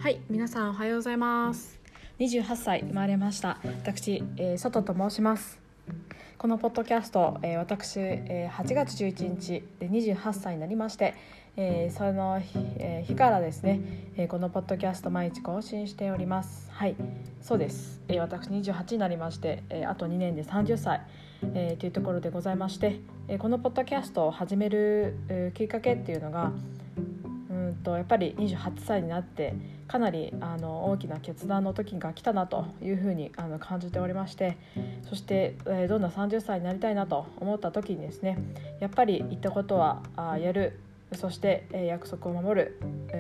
はい、皆さんおはようございます。28歳生まれました私、外と申します。このポッドキャスト、私、8月11日で28歳になりまして、その日からですね、このポッドキャスト毎日更新しております。はい、そうです。私28になりまして、あと2年で30歳、というところでございまして、このポッドキャストを始める、きっかけっていうのがやっぱり28歳になってかなり大きな決断の時が来たなというふうに感じておりまして、そして、どんな30歳になりたいなと思った時にですね、やっぱり言ったことはやる、そして、約束を守る、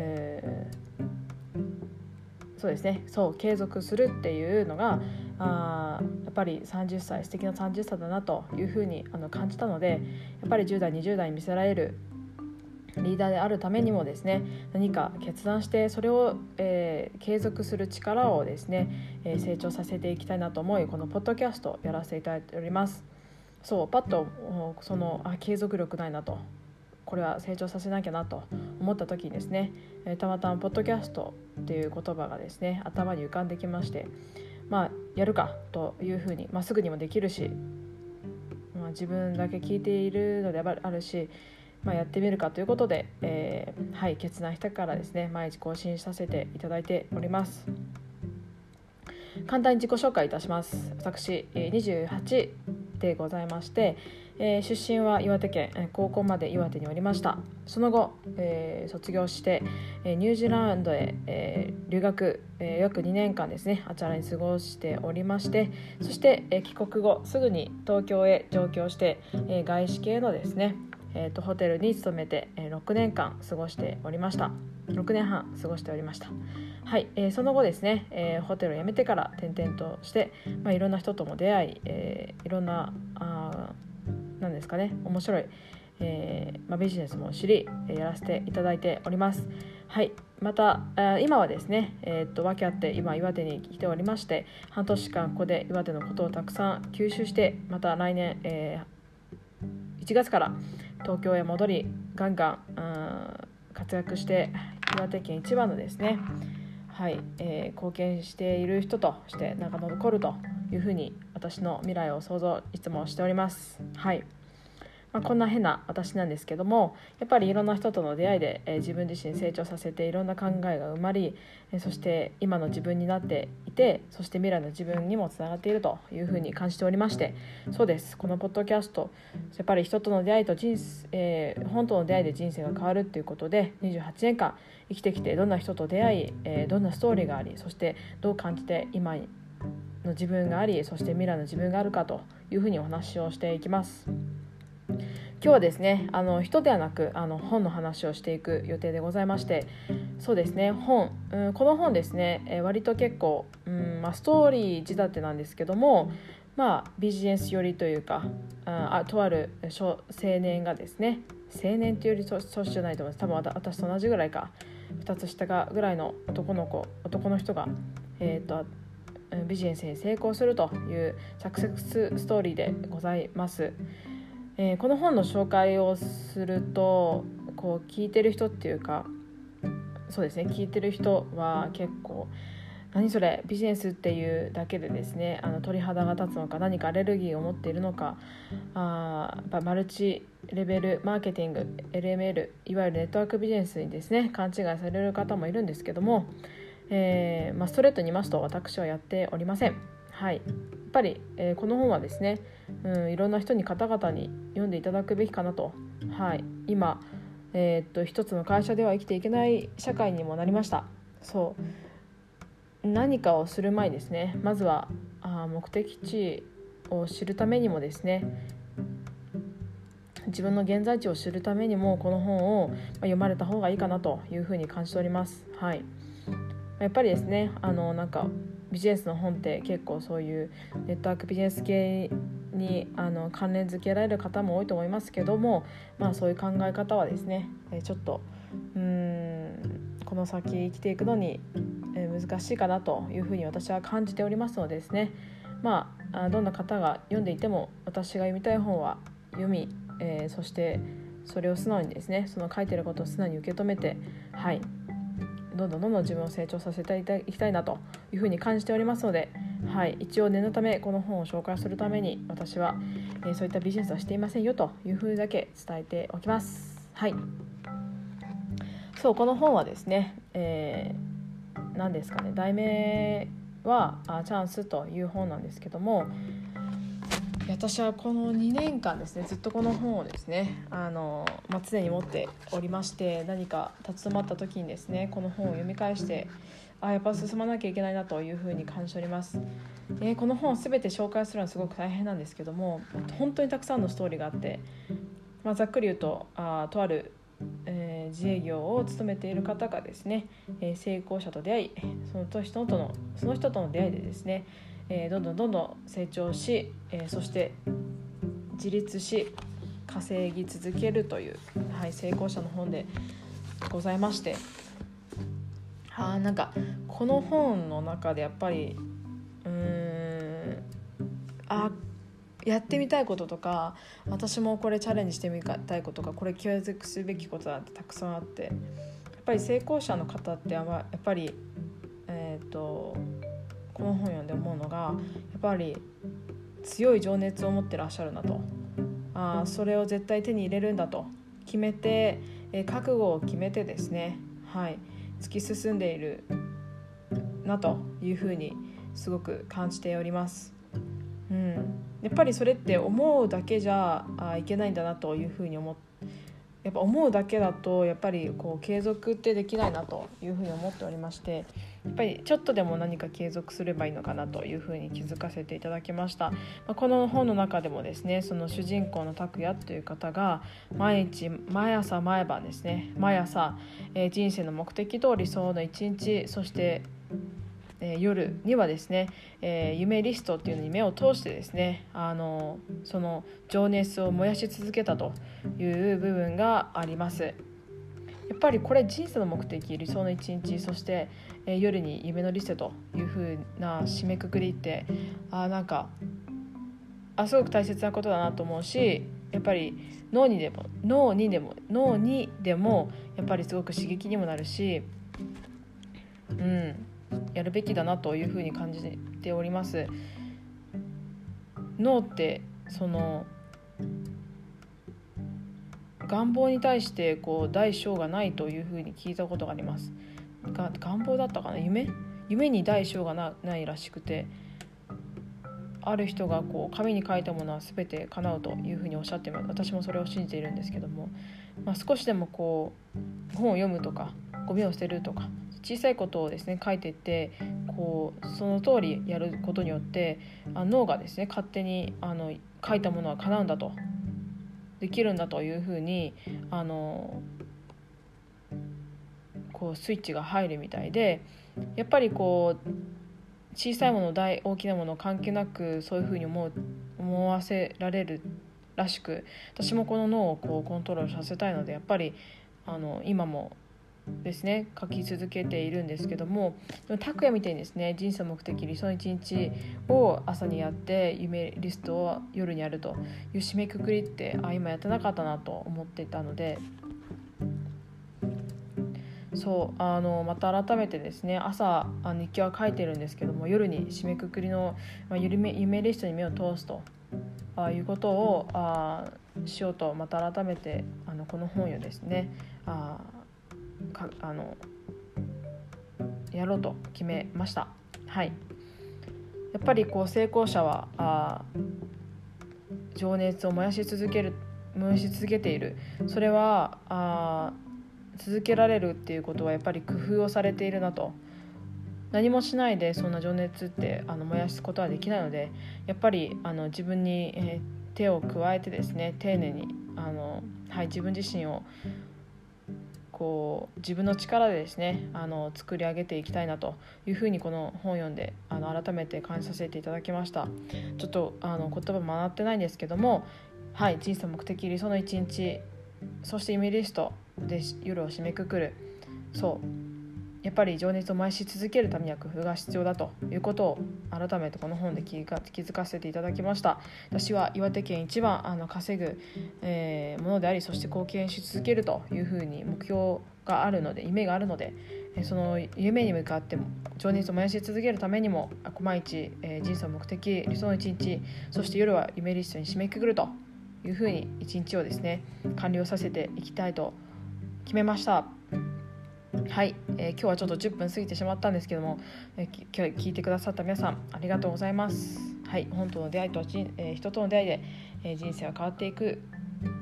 そうですね、そう継続するっていうのがやっぱり30歳素敵な30歳だなというふうに感じたので、やっぱり10代20代に見せられるリーダーであるためにもですね、何か決断してそれを、継続する力をですね、成長させていきたいなと思い、このポッドキャストをやらせていただいております。そうパッと継続力ないなと、これは成長させなきゃなと思った時にですね、たまたまポッドキャストっていう言葉がですね頭に浮かんできまして、やるかというふうに、すぐにもできるし、自分だけ聞いているのであるし、やってみるかということで、決断したからですね、毎日更新させていただいております。簡単に自己紹介いたします。私28でございまして、出身は岩手県、高校まで岩手におりました。その後、卒業して、ニュージーランドへ、留学、約2年間ですねあちらに過ごしておりまして、そして、帰国後すぐに東京へ上京して、外資系のですねホテルに勤めて6年間過ごしておりました。6年半過ごしておりました。はい、その後ですね、ホテルを辞めてから転々として、いろんな人とも出会い、いろんななんですかね、面白い、ビジネスも知り、やらせていただいております。はい、また今はですね、訳あって今岩手に来ておりまして、半年間ここで岩手のことをたくさん吸収して、また来年、1月から東京へ戻りガンガン活躍して岩手県一番のですね、貢献している人として残るというふうに私の未来を想像いつもしております。こんな変な私なんですけども、やっぱりいろんな人との出会いで、自分自身成長させていろんな考えが生まれ、そして今の自分になっていて、そして未来の自分にもつながっているというふうに感じておりまして、そうです、このポッドキャストやっぱり人との出会いと本当の出会いで人生が変わるということで、28年間生きてきてどんな人と出会い、どんなストーリーがあり、そしてどう感じて今の自分があり、そして未来の自分があるかというふうにお話をしていきます。今日はですね人ではなく本の話をしていく予定でございまして、そうですねこの本ですね、割と結構、ストーリー仕立てなんですけども、ビジネス寄りというか、とある青年がですね、青年というより年じゃないと思います。多分私と同じぐらいか、2つ下ぐらいの男の人が、ビジネスに成功するというサクセスストーリーでございます。この本の紹介をすると、こう聞いてる人っていうか、そうですね、聞いてる人は結構何それビジネスっていうだけでですね鳥肌が立つのか、何かアレルギーを持っているのか、やっぱマルチレベルマーケティング LML、 いわゆるネットワークビジネスにですね勘違いされる方もいるんですけども、ストレートに言いますと私はやっておりません。やっぱり、この本はですね、いろんな人に方々に読んでいただくべきかなと。今、一つの会社では生きていけない社会にもなりました。何かをする前にですね、まずは目的地を知るためにもですね、自分の現在地を知るためにもこの本を読まれた方がいいかなというふうに感じております。やっぱりですねビジネスの本って結構そういうネットワークビジネス系に関連づけられる方も多いと思いますけども、そういう考え方はですねちょっとこの先生きていくのに難しいかなというふうに私は感じておりますのでですね、どんな方が読んでいても私が読みたい本は読み、そしてそれを素直にですね、その書いてることを素直に受け止めて、 どんどん自分を成長させていきたいなというふうに感じておりますので、一応念のためこの本を紹介するために私は、そういったビジネスはしていませんよというふうだけ伝えておきます。そうこの本はですね、何ですかね、題名はチャンスという本なんですけども、私はこの2年間ですねずっとこの本をですね常に持っておりまして、何か立ち止まった時にですねこの本を読み返してやっぱ進まなきゃいけないなというふうに感じております。この本を全て紹介するのはすごく大変なんですけども、本当にたくさんのストーリーがあって、ざっくり言うととある自営業を務めている方がですね、成功者と出会い、その人との出会いでですね、どんどん成長し、そして自立し稼ぎ続けるという、成功者の本でございまして、なんかこの本の中でやっぱりやってみたいこととか、私もこれチャレンジしてみたいこととか、これ継続すべきことだってたくさんあって、やっぱり成功者の方ってやっぱり、この本読んで思うのが、やっぱり強い情熱を持ってらっしゃるなと、それを絶対手に入れるんだと決めて、覚悟を決めてですね、突き進んでいるなというふうにすごく感じております。やっぱりそれって思うだけじゃいけないんだなというふうにやっぱ思うだけだとやっぱりこう継続ってできないなというふうに思っておりまして、やっぱりちょっとでも何か継続すればいいのかなというふうに気づかせていただきました。この本の中でもですね、その主人公の拓也という方が毎朝毎晩ですね、人生の目的と理想の一日、そして夜にはですね、夢リストっていうのに目を通してですね、その情熱を燃やし続けたという部分があります。やっぱりこれ人生の目的、理想の一日、そして、夜に夢のリストという風な締めくくりってすごく大切なことだなと思うし、やっぱり脳にでもやっぱりすごく刺激にもなるし、やるべきだなというふうに感じております。脳ってその願望に対して大小がないというふうに聞いたことがあります。願望だったかな、夢に大小がないらしくて、ある人が紙に書いたものは全て叶うというふうにおっしゃっています。私もそれを信じているんですけども、少しでも本を読むとかゴミを捨てるとか小さいことをですね書いていってその通りやることによって脳がですね勝手に書いたものは叶うんだと、できるんだというふうにスイッチが入るみたいで、やっぱり小さいもの大きなもの関係なくそういうふうに思わせられるらしく、私もこの脳をコントロールさせたいので、やっぱり今もですね書き続けているんですけども、拓也みたいにですね人生目的理想の一日を朝にやって夢リストを夜にやるという締めくくりって今やってなかったなと思っていたので、また改めてですね朝日記は書いてるんですけども、夜に締めくくりの夢リストに目を通すということをしようと、また改めてこの本をですねやろうと決めました。やっぱり成功者は情熱を燃やし続けている。それは続けられるっていうことはやっぱり工夫をされているなと。何もしないでそんな情熱って燃やすことはできないので、やっぱり自分に、手を加えてですね丁寧に自分自身を自分の力でですね作り上げていきたいなというふうにこの本を読んで改めて感じさせていただきました。ちょっと言葉も回ってないんですけども、人生目的理想の一日、そして夢リストで夜を締めくくる。やっぱり情熱を燃やし続けるためには工夫が必要だということを改めてこの本で気づかせていただきました。私は岩手県一番稼ぐ、ものであり、そして貢献し続けるというふうに目標があるので、夢があるので、 その夢に向かっても情熱を燃やし続けるためにも毎日、人生の目的、理想の一日、そして夜は夢リストに締めくくるというふうに一日をですね完了させていきたいと決めました。はい、今日はちょっと10分過ぎてしまったんですけども、今日聞いてくださった皆さんありがとうございます。はい、本当の出会いとは人との出会いで、人生は変わっていく。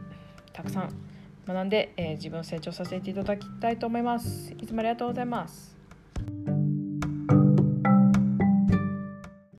たくさん学んで、自分を成長させていただきたいと思います。いつもありがとうございます。